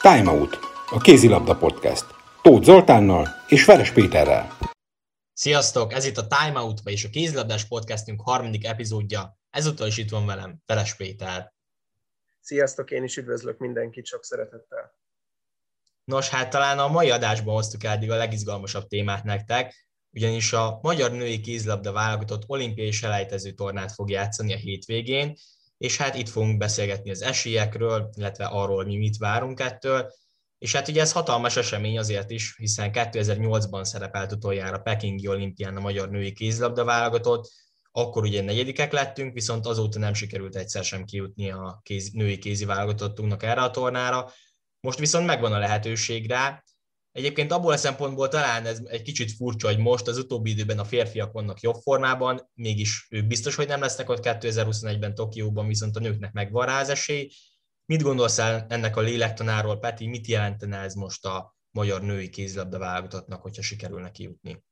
Time Out, a kézilabda podcast. Tóth Zoltánnal és Veres Péterrel. Sziasztok! Ez itt a Time Out, vagyis a kézilabdás podcastünk harmadik epizódja. Ezúttal is itt van velem Veres Péter. Sziasztok, én is üdvözlök mindenkit sok szeretettel. Nos, hát talán a mai adásban hoztuk eddig a legizgalmasabb témát nektek, ugyanis a magyar női kézilabda válogatott olimpiai selejtező tornát fog játszani a hétvégén, és hát itt fogunk beszélgetni az esélyekről, illetve arról, mi mit várunk ettől. És hát ugye ez hatalmas esemény azért is, hiszen 2008-ban szerepelt utoljára Pekingi olimpián a magyar női kézilabda válogatott, akkor ugye negyedikek lettünk, viszont azóta nem sikerült egyszer sem kijutni a női kézi válogatottunknak erre a tornára. Most viszont megvan a lehetőség rá. Egyébként abból a szempontból talán ez egy kicsit furcsa, hogy most az utóbbi időben a férfiak vannak jobb formában, mégis ők biztos, hogy nem lesznek ott 2021-ben Tokióban, viszont a nőknek megvan rá az esély. Mit gondolsz ennek a lélektanáról, Peti? Mit jelentene ez most a magyar női kézilabda válogatottnak, hogyha sikerülne kijutni?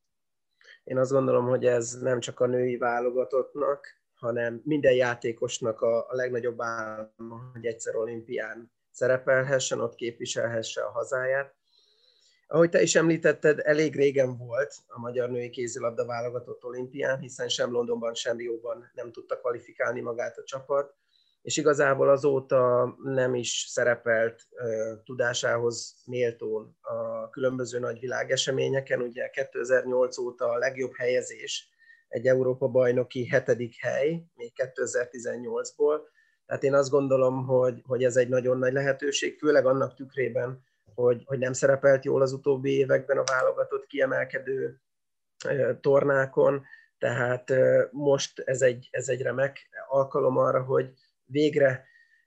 Én azt gondolom, hogy ez nem csak a női válogatottnak, hanem minden játékosnak a legnagyobb álma, hogy egyszer olimpián szerepelhessen, ott képviselhesse a hazáját. Ahogy te is említetted, elég régen volt a magyar női kézilabda válogatott olimpián, hiszen sem Londonban, sem Rióban nem tudta kvalifikálni magát a csapat, és igazából azóta nem is szerepelt tudásához méltón a különböző nagy világeseményeken. Ugye 2008 óta a legjobb helyezés egy Európa-bajnoki 7. hely, még 2018-ból. Tehát én azt gondolom, hogy ez egy nagyon nagy lehetőség, főleg annak tükrében, hogy nem szerepelt jól az utóbbi években a válogatott kiemelkedő tornákon. Tehát most ez egy remek alkalom arra, hogy végre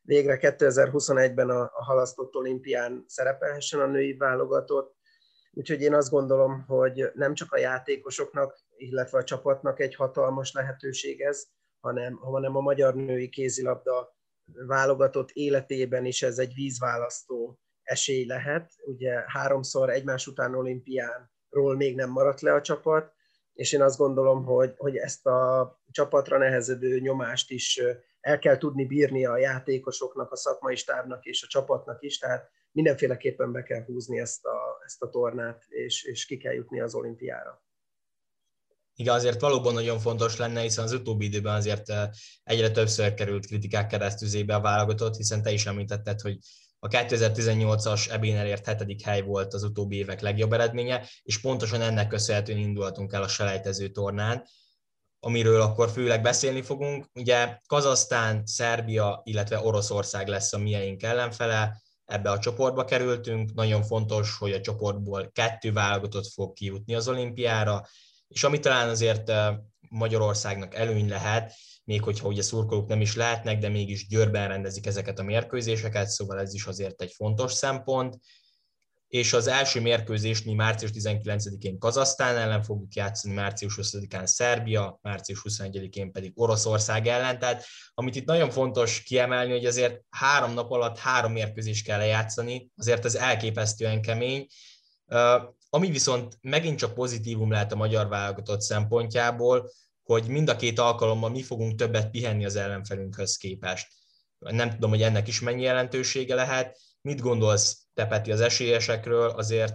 2021-ben a halasztott olimpián szerepelhessen a női válogatott. Úgyhogy én azt gondolom, hogy nem csak a játékosoknak, illetve a csapatnak egy hatalmas lehetőség ez, hanem a magyar női kézilabda válogatott életében is ez egy vízválasztó esély lehet. Ugye 3-szor egymás után olimpiánról még nem maradt le a csapat, és én azt gondolom, hogy ezt a csapatra nehezedő nyomást is el kell tudni bírni a játékosoknak, a szakmai stábnak és a csapatnak is, tehát mindenféleképpen be kell húzni ezt a tornát, és ki kell jutni az olimpiára. Igen, azért valóban nagyon fontos lenne, hiszen az utóbbi időben azért egyre többször került kritikák keresztüzébe a válogatott, hiszen te is említetted, hogy a 2018-as EB-n elért 7. hely volt az utóbbi évek legjobb eredménye, és pontosan ennek köszönhetően indultunk el a selejtező tornán, amiről akkor főleg beszélni fogunk. Ugye Kazahsztán, Szerbia, illetve Oroszország lesz a miénk ellenfele, ebbe a csoportba kerültünk. Nagyon fontos, hogy a csoportból 2 válogatott fog kijutni az olimpiára, és ami talán azért Magyarországnak előny lehet, még hogyha ugye szurkolók nem is lehetnek, de mégis Győrben rendezik ezeket a mérkőzéseket, szóval ez is azért egy fontos szempont. És az első mérkőzést mi március 19-én Kazahsztán ellen fogjuk játszani, március 20-án Szerbia, március 21-én pedig Oroszország ellen. Tehát amit itt nagyon fontos kiemelni, hogy azért 3 nap alatt 3 mérkőzést kell lejátszani, azért ez elképesztően kemény. Ami viszont megint csak pozitívum lehet a magyar válogatott szempontjából, hogy mind a 2 alkalommal mi fogunk többet pihenni az ellenfelünkhöz képest. Nem tudom, hogy ennek is mennyi jelentősége lehet. Mit gondolsz, te Peti, az esélyesekről? Azért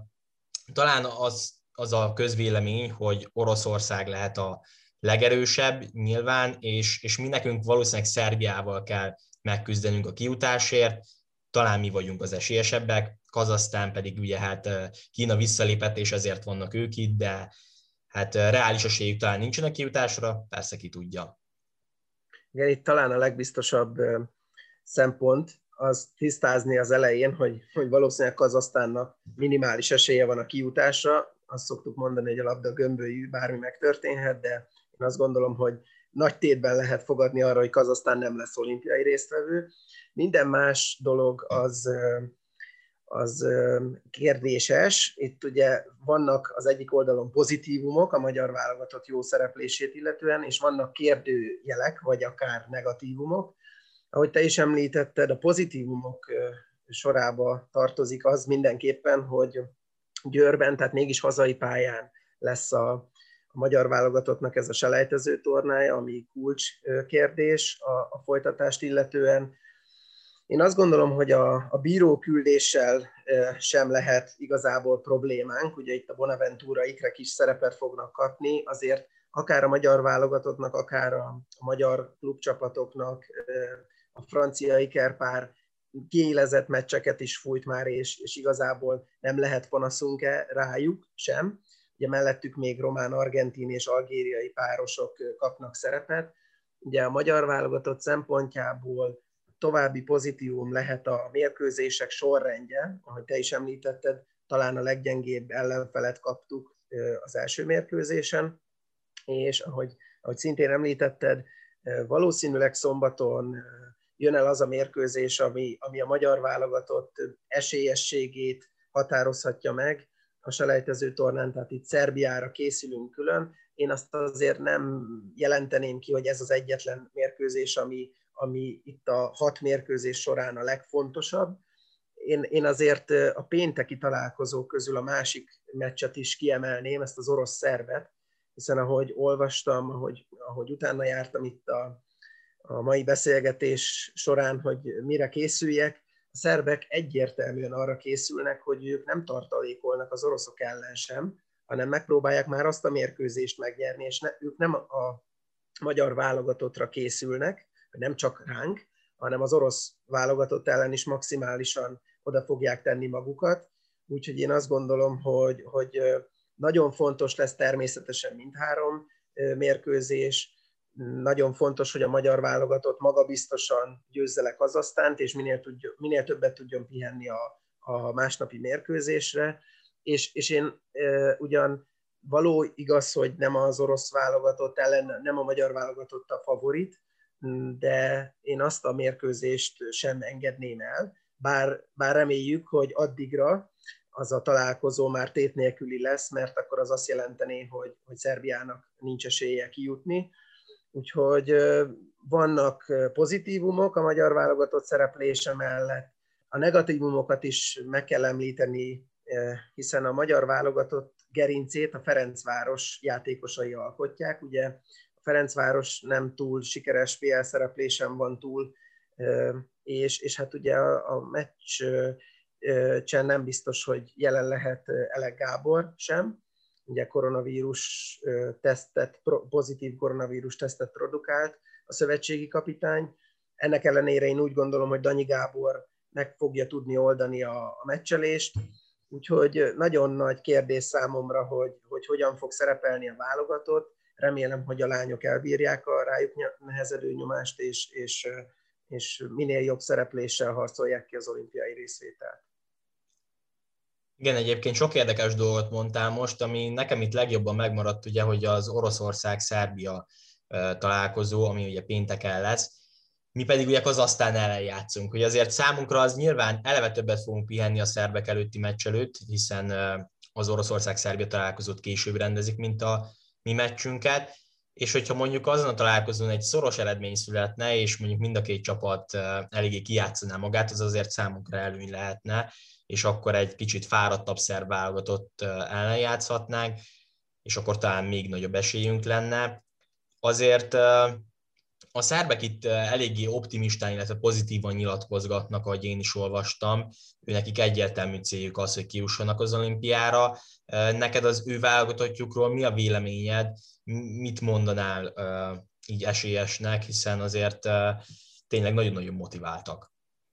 talán az a közvélemény, hogy Oroszország lehet a legerősebb nyilván, és mi nekünk valószínűleg Szerbiával kell megküzdenünk a kijutásért, talán mi vagyunk az esélyesebbek, Kazahsztán pedig ugye hát Kína visszalépett, és ezért vannak ők itt, de hát reális esélyük talán nincsen a kijutásra, persze ki tudja. Igen, itt talán a legbiztosabb szempont az tisztázni az elején, hogy valószínűleg Kazahsztánnak minimális esélye van a kijutásra. Azt szoktuk mondani, hogy a labda gömbölyű, bármi megtörténhet, de én azt gondolom, hogy nagy tétben lehet fogadni arra, hogy Kazahsztán nem lesz olimpiai résztvevő. Minden más dolog az kérdéses. Itt ugye vannak az egyik oldalon pozitívumok a magyar válogatott jó szereplését illetően, és vannak kérdőjelek, vagy akár negatívumok. Ahogy te is említetted, a pozitívumok sorába tartozik az mindenképpen, hogy Győrben, tehát mégis hazai pályán lesz a magyar válogatottnak ez a selejtező tornája, ami kulcskérdés a folytatást illetően. Én azt gondolom, hogy a bíróküldéssel sem lehet igazából problémánk. Ugye itt a Bonaventura ikrek is szerepet fognak kapni, azért akár a magyar válogatottnak, akár a magyar klubcsapatoknak, a francia ikerpár kiélezett meccseket is fújt már, és igazából nem lehet panaszunk rájuk sem. Ugye mellettük még román, argentin és algériai párosok kapnak szerepet. Ugye a magyar válogatott szempontjából további pozitívum lehet a mérkőzések sorrendje, ahogy te is említetted, talán a leggyengébb ellenfelet kaptuk az első mérkőzésen, és ahogy szintén említetted, valószínűleg szombaton jön el az a mérkőzés, ami a magyar válogatott esélyességét határozhatja meg a selejtező tornán, tehát itt Szerbiára készülünk külön. Én azt azért nem jelenteném ki, hogy ez az egyetlen mérkőzés, ami itt a 6 mérkőzés során a legfontosabb. Én azért a pénteki találkozók közül a másik meccset is kiemelném, ezt az orosz-szerbet, hiszen ahogy olvastam, ahogy utána jártam itt a mai beszélgetés során, hogy mire készüljek, a szerbek egyértelműen arra készülnek, hogy ők nem tartalékolnak az oroszok ellen sem, hanem megpróbálják már azt a mérkőzést megnyerni, és ők nem a magyar válogatottra készülnek, nem csak ránk, hanem az orosz válogatott ellen is maximálisan oda fogják tenni magukat. Úgyhogy én azt gondolom, hogy nagyon fontos lesz természetesen mindhárom mérkőzés. Nagyon fontos, hogy a magyar válogatott magabiztosan győzze le Kazahsztánt, és minél többet tudjon pihenni a másnapi mérkőzésre. És én ugyan való igaz, hogy nem az orosz válogatott ellen, nem a magyar válogatott a favorit, de én azt a mérkőzést sem engedném el, bár reméljük, hogy addigra az a találkozó már tét nélküli lesz, mert akkor az azt jelenteni, hogy Szerbiának nincs esélye kijutni. Úgyhogy vannak pozitívumok a magyar válogatott szereplése mellett. A negatívumokat is meg kell említeni, hiszen a magyar válogatott gerincét a Ferencváros játékosai alkotják. Ugye a Ferencváros nem túl sikeres PL szereplésen van túl, és hát ugye a meccsen nem biztos, hogy jelen lehet Elek Gábor sem. Ugye pozitív koronavírus tesztet produkált a szövetségi kapitány. Ennek ellenére én úgy gondolom, hogy Danyi Gábor meg fogja tudni oldani a meccselést, úgyhogy nagyon nagy kérdés számomra, hogy hogyan fog szerepelni a válogatott. Remélem, hogy a lányok elbírják a rájuk nehezedő nyomást, és minél jobb szerepléssel harcolják ki az olimpiai részvételt. Igen, egyébként sok érdekes dolgot mondtál most, ami nekem itt legjobban megmaradt, ugye, hogy az Oroszország-Szerbia találkozó, ami ugye pénteken lesz, mi pedig ugye Kazahsztán ellen játszunk. Hogy azért számunkra az nyilván eleve többet fogunk pihenni a szerbek előtti meccs előtt, hiszen az Oroszország-Szerbia találkozót később rendezik, mint a mi meccsünket, és hogyha mondjuk azon a találkozón egy szoros eredmény születne, és mondjuk mind a két csapat eléggé kijátszaná magát, az azért számunkra előny lehetne, és akkor egy kicsit fáradtabb szerb válogatott ellen játszhatnánk, és akkor talán még nagyobb esélyünk lenne. Azért a szerbek itt eléggé optimistán, illetve pozitívan nyilatkozgatnak, ahogy én is olvastam. Nekik egyértelmű céljuk az, hogy kijussanak az olimpiára. Neked az ő válogatottjukról mi a véleményed? Mit mondanál így esélyesnek, hiszen azért tényleg nagyon-nagyon motiváltak?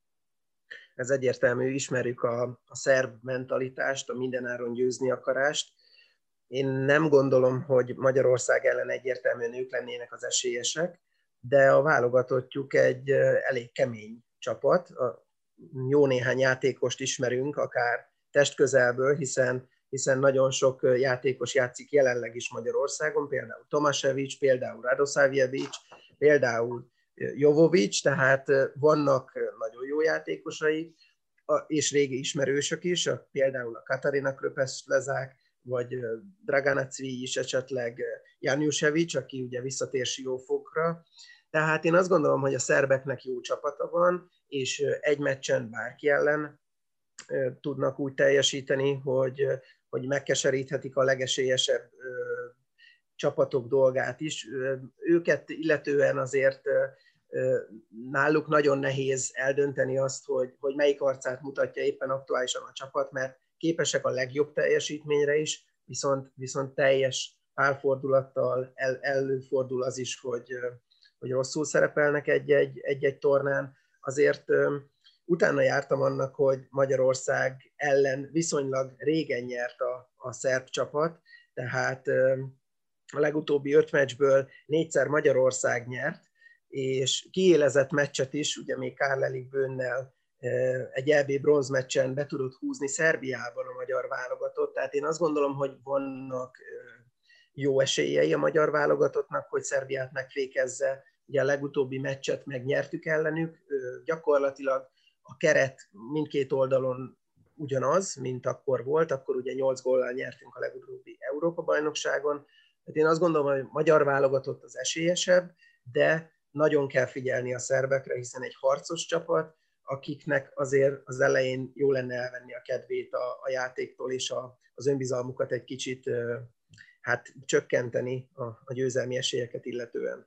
Ez egyértelmű, ismerjük a szerb mentalitást, a mindenáron győzni akarást. Én nem gondolom, hogy Magyarország ellen egyértelműen ők lennének az esélyesek, de a válogatottjuk egy elég kemény csapat. Jó néhány játékost ismerünk, akár testközelből, hiszen nagyon sok játékos játszik jelenleg is Magyarországon, például Tomasevic, például Radosavljevic, például Jovovic, tehát vannak nagyon jó játékosai, és régi ismerősök is, például a Katarina Kröpes-Lezák, vagy Dragana Cvijic, esetleg Janjušević, aki ugye visszatér Siófokra. Tehát én azt gondolom, hogy a szerbeknek jó csapata van, és egy meccsen bárki ellen tudnak úgy teljesíteni, hogy megkeseríthetik a legesélyesebb csapatok dolgát is. Őket illetően azért náluk nagyon nehéz eldönteni azt, hogy melyik arcát mutatja éppen aktuálisan a csapat, mert képesek a legjobb teljesítményre is, viszont teljes pálfordulattal előfordul az is, hogy rosszul szerepelnek egy-egy tornán. Azért utána jártam annak, hogy Magyarország ellen viszonylag régen nyert a szerb csapat, tehát a legutóbbi 5 meccsből 4-szer Magyarország nyert, és kiélezett meccset is, ugye még Karl-Erik Bönnel egy EB bronzmeccsen be tudott húzni Szerbiában a magyar válogatott, tehát én azt gondolom, hogy vannak jó esélyei a magyar válogatottnak, hogy Szerbiát megfékezze. Ugye a legutóbbi meccset megnyertük ellenük, gyakorlatilag a keret mindkét oldalon ugyanaz, mint akkor volt, akkor ugye 8 góllal nyertünk a legutóbbi Európa-bajnokságon. Tehát én azt gondolom, hogy a magyar válogatott az esélyesebb, de nagyon kell figyelni a szerbekre, hiszen egy harcos csapat, akiknek azért az elején jó lenne elvenni a kedvét a játéktól, és az önbizalmukat egy kicsit csökkenteni a győzelmi esélyeket illetően.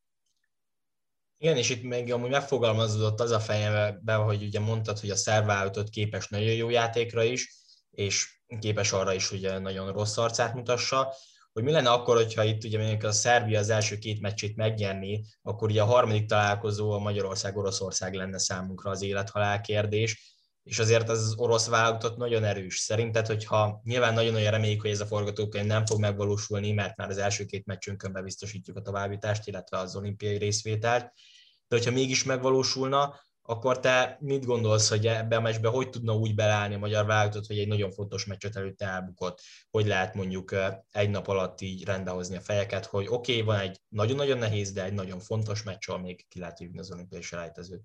Igen, és itt még amúgy megfogalmazódott az a fejemben, hogy ugye mondtad, hogy a szerb válogatott képes nagyon jó játékra is, és képes arra is, hogy nagyon rossz arcát mutassa, hogy mi lenne akkor, hogyha itt ugye mondjuk a Szerbia az első 2 meccsét megnyerni, akkor ugye a harmadik találkozó a Magyarország-Oroszország lenne számunkra az élet-halál kérdés, és azért az orosz válogatott nagyon erős. Szerinted, hogyha nyilván nagyon-nagyon reméljük, hogy ez a forgatókönyv nem fog megvalósulni, mert már az első 2 meccsünkön bebiztosítjuk a továbbjutást, illetve az olimpiai részvételt, de hogyha mégis megvalósulna, akkor te mit gondolsz, hogy ebbe a meccsbe hogy tudna úgy beleállni a magyar válogatott, hogy egy nagyon fontos meccset előtte elbukott? Hogy lehet mondjuk egy nap alatt így rendbehozni a fejeket, hogy oké, van egy nagyon-nagyon nehéz, de egy nagyon fontos meccs, ahol még ki lehet hívni az olimpiai selejtezőt?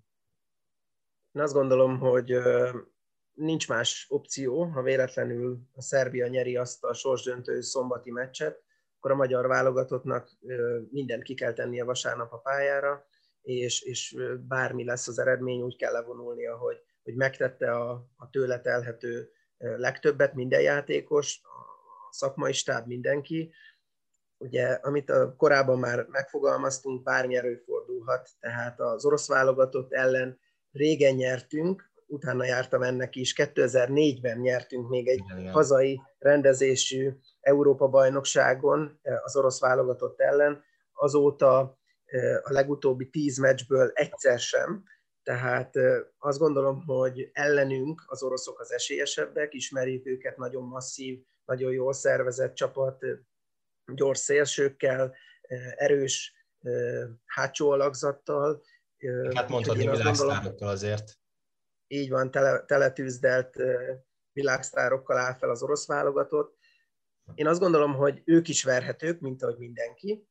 Én azt gondolom, hogy nincs más opció, ha véletlenül a Szerbia nyeri azt a sorsdöntő szombati meccset, akkor a magyar válogatottnak mindent ki kell tennie vasárnap a pályára, és bármi lesz az eredmény, úgy kell levonulnia, hogy megtette a tőle telhető legtöbbet minden játékos, a szakmai stáb, mindenki. Ugye, amit korábban már megfogalmaztunk, bármi előfordulhat, tehát az orosz válogatott ellen régen nyertünk, utána jártam ennek is, 2004-ben nyertünk még egy hazai rendezésű Európa-bajnokságon az orosz válogatott ellen, azóta a legutóbbi 10 meccsből egyszer sem, tehát azt gondolom, hogy ellenünk az oroszok az esélyesebbek, ismerjük őket, nagyon masszív, nagyon jól szervezett csapat, gyors szélsőkkel, erős hátsó alakzattal. Hát mondhatni világsztárokkal azért. Így van, teletűzdelt világsztárokkal áll fel az orosz válogatott. Én azt gondolom, hogy ők is verhetők, mint ahogy mindenki,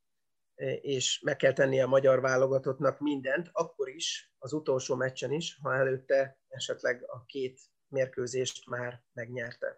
és meg kell tennie a magyar válogatottnak mindent, akkor is, az utolsó meccsen is, ha előtte esetleg a 2 mérkőzést már megnyerte.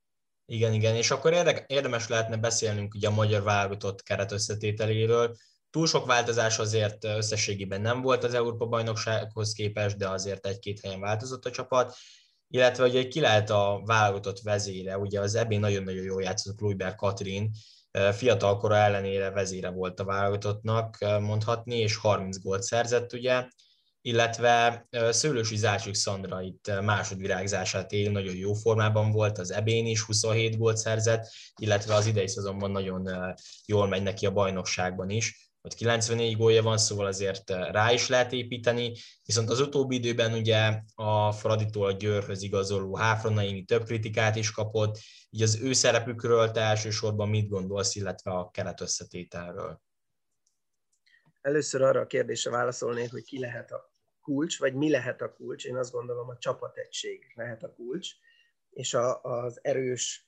Igen, és akkor érdemes lehetne beszélnünk ugye a magyar válogatott keret összetételéről. Túl sok változás azért összességében nem volt az Európa-bajnoksághoz képest, de azért 1-2 helyen változott a csapat, illetve ugye ki lehet a válogatott vezére, ugye az EB-n nagyon-nagyon jól játszott Kluivert Katrin, fiatalkora ellenére vezére volt a válogatottnak mondhatni, és 30 gólt szerzett ugye, illetve Szőlősi Zácsik Szandra itt másodvirágzását él, nagyon jó formában volt, az EB-n is 27 gólt szerzett, illetve az idei szezonban nagyon jól megy neki a bajnokságban is, hogy 94 gólja van, szóval azért rá is lehet építeni, viszont az utóbbi időben ugye a Fraditól a Győrhöz igazoló Háfra Naimi több kritikát is kapott, így az ő szerepükről te elsősorban mit gondolsz, illetve a keret összetételről? Először arra a kérdésre válaszolnék, hogy ki lehet a kulcs, vagy mi lehet a kulcs. Én azt gondolom, a csapategység lehet a kulcs, és az erős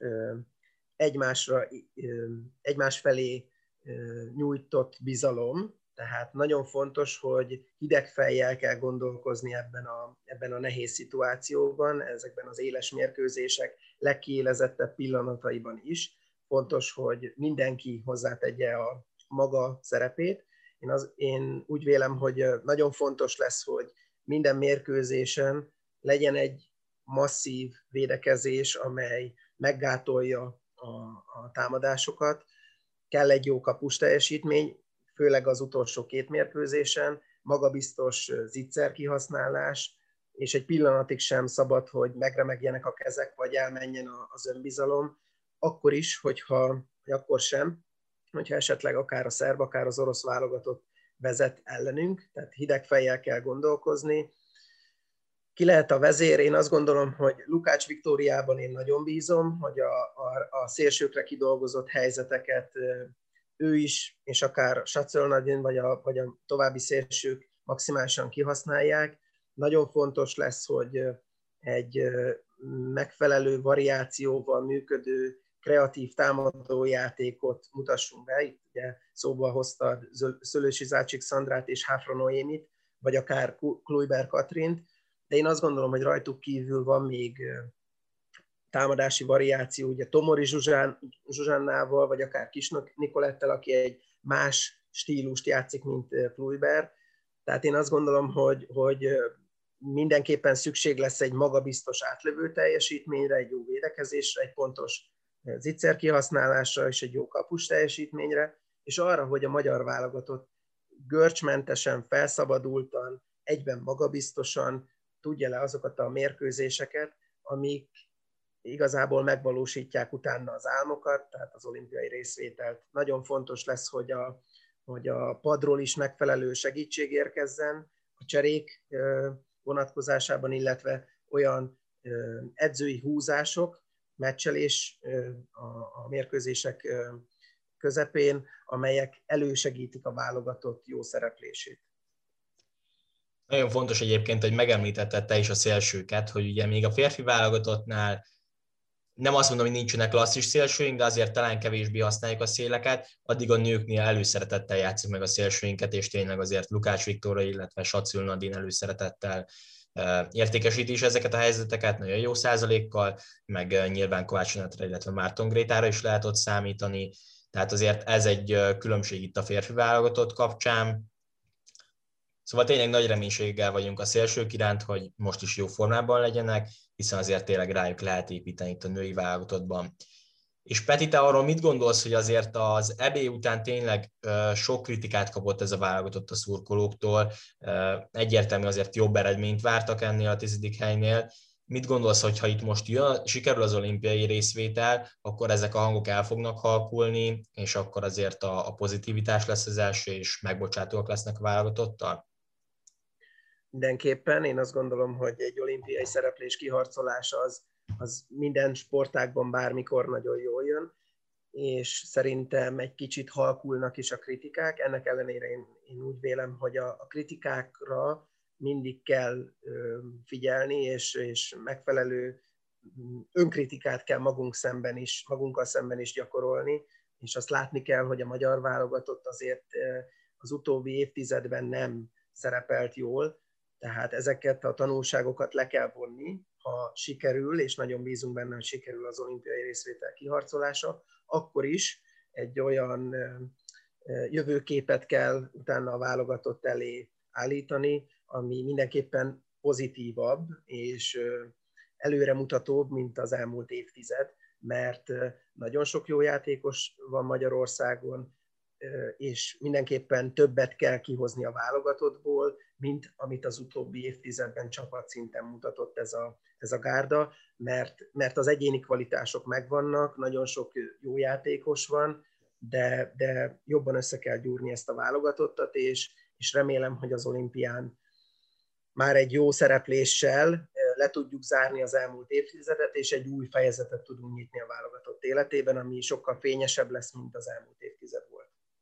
egymás felé nyújtott bizalom, tehát nagyon fontos, hogy hideg fejjel kell gondolkozni ebben a nehéz szituációban, ezekben az éles mérkőzések legkiélezettebb pillanataiban is. Fontos, hogy mindenki hozzátegye a maga szerepét. Én úgy vélem, hogy nagyon fontos lesz, hogy minden mérkőzésen legyen egy masszív védekezés, amely meggátolja a támadásokat. Kell egy jó kapus teljesítmény, főleg az utolsó 2 mérkőzésen, magabiztos zicser kihasználás, és egy pillanatig sem szabad, hogy megremegjenek a kezek, vagy elmenjen az önbizalom, akkor is, akkor sem, hogyha esetleg akár a szerb, akár az orosz válogatott vezet ellenünk, tehát hideg fejjel kell gondolkozni. Ki lehet a vezér? Én azt gondolom, hogy Lukács Viktóriában én nagyon bízom, hogy a szélsőkre kidolgozott helyzeteket ő is, és akár Sacölnagyin, vagy a további szélsők maximálisan kihasználják. Nagyon fontos lesz, hogy egy megfelelő variációval működő kreatív támadójátékot mutassunk be. Itt ugye szóba hozta Szőlősi Zácsik Szandrát és Háfra Noémit, vagy akár Kluiber Katrint, de én azt gondolom, hogy rajtuk kívül van még támadási variáció, ugye Tomori Zsuzsannával, vagy akár Kis Nikolettel, aki egy más stílust játszik, mint Kluiber. Tehát én azt gondolom, hogy mindenképpen szükség lesz egy magabiztos átlövő teljesítményre, egy jó védekezésre, egy pontos zicser kihasználásra és egy jó kapus teljesítményre, és arra, hogy a magyar válogatott görcsmentesen, felszabadultan, egyben magabiztosan tudja le azokat a mérkőzéseket, amik igazából megvalósítják utána az álmokat, tehát az olimpiai részvételt. Nagyon fontos lesz, hogy a padról is megfelelő segítség érkezzen a cserék vonatkozásában, illetve olyan edzői húzások, meccselés a mérkőzések közepén, amelyek elősegítik a válogatott jó szereplését. Nagyon fontos egyébként, hogy megemlítetted te is a szélsőket, hogy ugye még a férfi válogatottnál nem azt mondom, hogy nincsenek klasszis szélsőink, de azért talán kevésbé használjuk a széleket, addig a nőknél előszeretettel játszik meg a szélsőinket, és tényleg azért Lukács Viktória, illetve Sacül Nadine előszeretettel értékesíti is ezeket a helyzeteket nagyon jó százalékkal, meg nyilván Kovács Anetre, illetve Márton Grétára is lehet ott számítani, tehát azért ez egy különbség itt a férfi válogatott kapcsán. Szóval tényleg nagy reménységgel vagyunk a szélsők iránt, hogy most is jó formában legyenek, hiszen azért tényleg rájuk lehet építeni itt a női válogatottban. És Peti, te arról mit gondolsz, hogy azért az EB után tényleg sok kritikát kapott ez a válogatott a szurkolóktól, egyértelmű azért jobb eredményt vártak ennél a 10. helynél. Mit gondolsz, hogy ha itt most sikerül az olimpiai részvétel, akkor ezek a hangok el fognak halkulni, és akkor azért a pozitivitás lesz az első, és megbocsátóak lesznek a válogatottal? Mindenképpen. Én azt gondolom, hogy egy olimpiai szereplés kiharcolása az minden sportágban bármikor nagyon jól jön, és szerintem egy kicsit halkulnak is a kritikák. Ennek ellenére én úgy vélem, hogy a kritikákra mindig kell figyelni, és megfelelő önkritikát kell magunkkal szemben is gyakorolni, és azt látni kell, hogy a magyar válogatott azért az utóbbi évtizedben nem szerepelt jól, tehát ezeket a tanulságokat le kell vonni, ha sikerül, és nagyon bízunk benne, hogy sikerül az olimpiai részvétel kiharcolása, akkor is egy olyan jövőképet kell utána a válogatott elé állítani, ami mindenképpen pozitívabb és előremutatóbb, mint az elmúlt évtized, mert nagyon sok jó játékos van Magyarországon, és mindenképpen többet kell kihozni a válogatottból, mint amit az utóbbi évtizedben csapatszinten mutatott ez a gárda, mert az egyéni kvalitások megvannak, nagyon sok jó játékos van, de jobban össze kell gyúrni ezt a válogatottat, és remélem, hogy az olimpián már egy jó szerepléssel le tudjuk zárni az elmúlt évtizedet, és egy új fejezetet tudunk nyitni a válogatott életében, ami sokkal fényesebb lesz, mint az elmúlt évtized volt.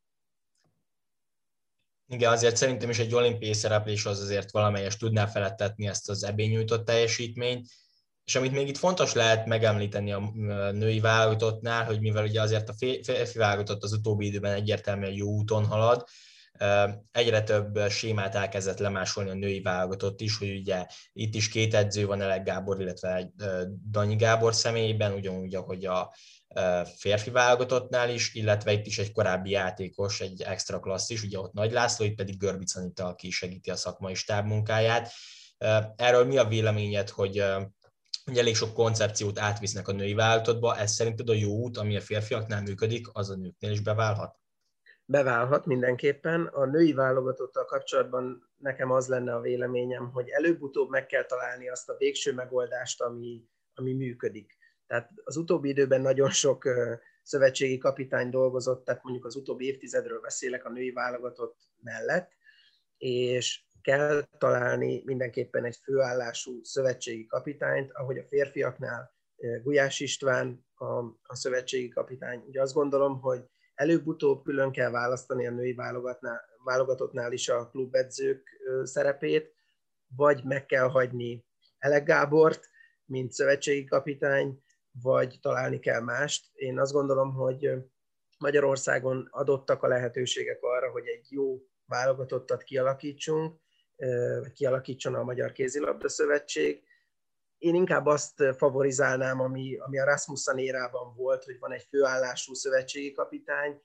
Igen, azért szerintem is egy olimpiai szereplés az azért valamelyest tudná felettetni ezt az EB nyújtott teljesítményt, és amit még itt fontos lehet megemlíteni a női válogatottnál, hogy mivel ugye azért a férfi válogatott az utóbbi időben egyértelműen jó úton halad, egyre több sémát elkezdett lemásolni a női válogatott is, hogy ugye itt is két edző van, Elek Gábor, illetve Danyi Gábor személyében, ugyanúgy, ahogy a férfi válogatottnál is, illetve itt is egy korábbi játékos, egy extra klasszis, ugye ott Nagy László, itt pedig Görbic Anita, aki segíti a szakmai stáb munkáját. Erről mi a véleményed, hogy elég sok koncepciót átvisznek a női válogatottba, ez szerinted a jó út, ami a férfiaknál működik, az a nőknél is beválhat? Beválhat mindenképpen. A női válogatottal kapcsolatban nekem az lenne a véleményem, hogy előbb-utóbb meg kell találni azt a végső megoldást, ami működik. Tehát az utóbbi időben nagyon sok szövetségi kapitány dolgozott, tehát mondjuk az utóbbi évtizedről beszélek a női válogatott mellett, és kell találni mindenképpen egy főállású szövetségi kapitányt, ahogy a férfiaknál Gulyás István a szövetségi kapitány. Ugye azt gondolom, hogy előbb-utóbb külön kell választani a női válogatottnál is a klubedzők szerepét, vagy meg kell hagyni Elek Gábort, mint szövetségi kapitány, vagy találni kell mást. Én azt gondolom, hogy Magyarországon adottak a lehetőségek arra, hogy egy jó válogatottat kialakítsunk, vagy kialakítson a Magyar Kézilabda Szövetség. Én inkább azt favorizálnám, ami a Rasmussen érában volt, hogy van egy főállású szövetségi kapitány.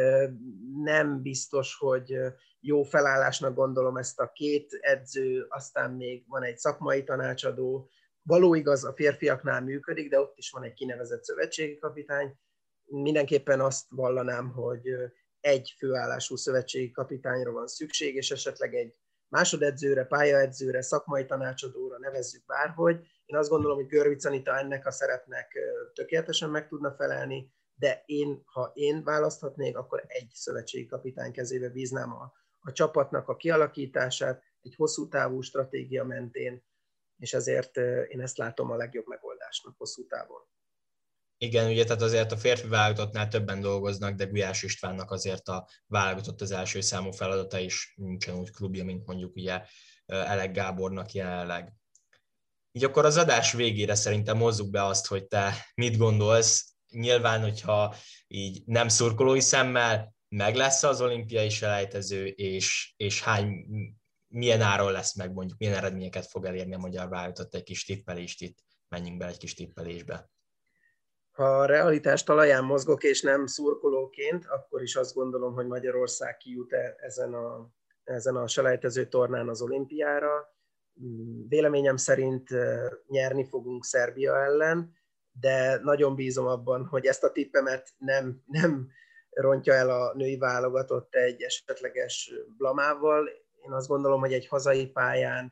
Nem biztos, hogy jó felállásnak gondolom ezt a két edző, aztán még van egy szakmai tanácsadó. Való igaz, a férfiaknál működik, de ott is van egy kinevezett szövetségi kapitány. Mindenképpen azt vallanám, hogy egy főállású szövetségi kapitányra van szükség, és esetleg egy másodedzőre, pályaedzőre, szakmai tanácsadóra, nevezzük bárhogy. Én azt gondolom, hogy Görvic Anita ennek a szerepnek tökéletesen meg tudna felelni, de ha én választhatnék, akkor egy szövetségi kapitány kezébe bíznám a csapatnak a kialakítását egy hosszú távú stratégia mentén, és ezért én ezt látom a legjobb megoldásnak hosszú távon. Igen, ugye, tehát azért a férfi válogatottnál többen dolgoznak, de Gulyás Istvánnak azért a válogatott az első számú feladata, és nincsen úgy klubja, mint mondjuk ugye Elek Gábornak jelenleg. Így akkor az adás végére szerintem hozzuk be azt, hogy te mit gondolsz. Nyilván, hogyha így nem szurkolói szemmel, meg lesz az olimpiai selejtező, és milyen áron lesz meg, mondjuk milyen eredményeket fog elérni a magyar válogatott, egy kis tippelést itt, menjünk bele egy kis tippelésbe. Ha a realitás talaján mozgok, és nem szurkolóként, akkor is azt gondolom, hogy Magyarország kijut ezen a selejtező tornán az olimpiára. Véleményem szerint nyerni fogunk Szerbia ellen, de nagyon bízom abban, hogy ezt a tippemet nem rontja el a női válogatott egy esetleges blamával. Én azt gondolom, hogy egy hazai pályán,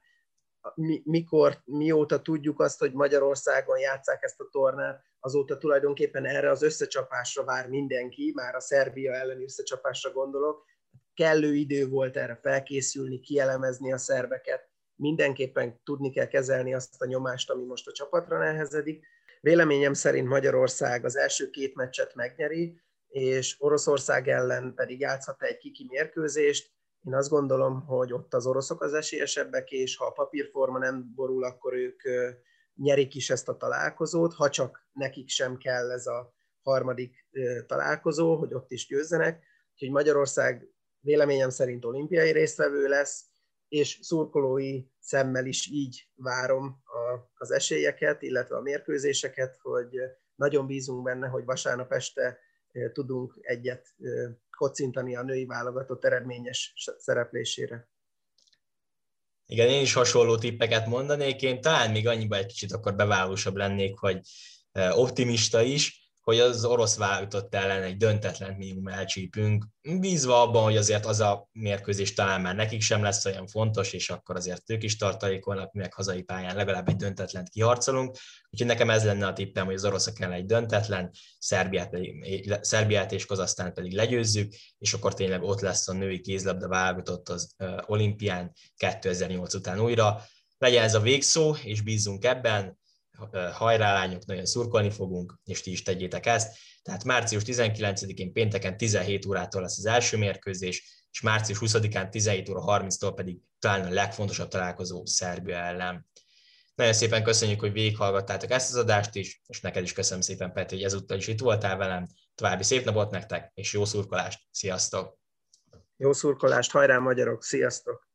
mióta tudjuk azt, hogy Magyarországon játsszák ezt a tornát, azóta tulajdonképpen erre az összecsapásra vár mindenki, már a Szerbia elleni összecsapásra gondolok. Kellő idő volt erre felkészülni, kielemezni a szerbeket. Mindenképpen tudni kell kezelni azt a nyomást, ami most a csapatra nehezedik. Véleményem szerint Magyarország az első 2 meccset megnyeri, és Oroszország ellen pedig játszhat egy kiki mérkőzést. Én azt gondolom, hogy ott az oroszok az esélyesebbek, és ha a papírforma nem borul, akkor ők nyerik is ezt a találkozót, ha csak nekik sem kell ez a harmadik találkozó, hogy ott is győzzenek. Úgyhogy Magyarország véleményem szerint olimpiai résztvevő lesz, és szurkolói szemmel is így várom az esélyeket, illetve a mérkőzéseket, hogy nagyon bízunk benne, hogy vasárnap este tudunk egyet kocintani a női válogatott eredményes szereplésére. Igen, én is hasonló tippeket mondanék, én talán még annyiban egy kicsit akkor bevállalósabb lennék, hogy optimista is, hogy az orosz válogatott ellen egy döntetlent minimum elcsípünk, bízva abban, hogy azért az a mérkőzés talán már nekik sem lesz olyan fontos, és akkor azért ők is tartalékolnak, mi meg hazai pályán legalább egy döntetlent kiharcolunk. Úgyhogy nekem ez lenne a tippem, hogy az oroszok ellen egy döntetlen, Szerbiát és Kazahsztánt pedig legyőzzük, és akkor tényleg ott lesz a női kézlabda válogatott az olimpián 2008 után újra. Legyen ez a végszó, és bízzunk ebben. Hajrá lányok, nagyon szurkolni fogunk, és ti is tegyétek ezt. Tehát március 19-én pénteken 17 órától lesz az első mérkőzés, és március 20-án 17 óra 30-tól pedig talán a legfontosabb találkozó Szerbia ellen. Nagyon szépen köszönjük, hogy végighallgattátok ezt az adást is, és neked is köszönöm szépen, Peti, hogy ezúttal is itt voltál velem. További szép napot nektek, és jó szurkolást! Sziasztok! Jó szurkolást, hajrá magyarok, sziasztok!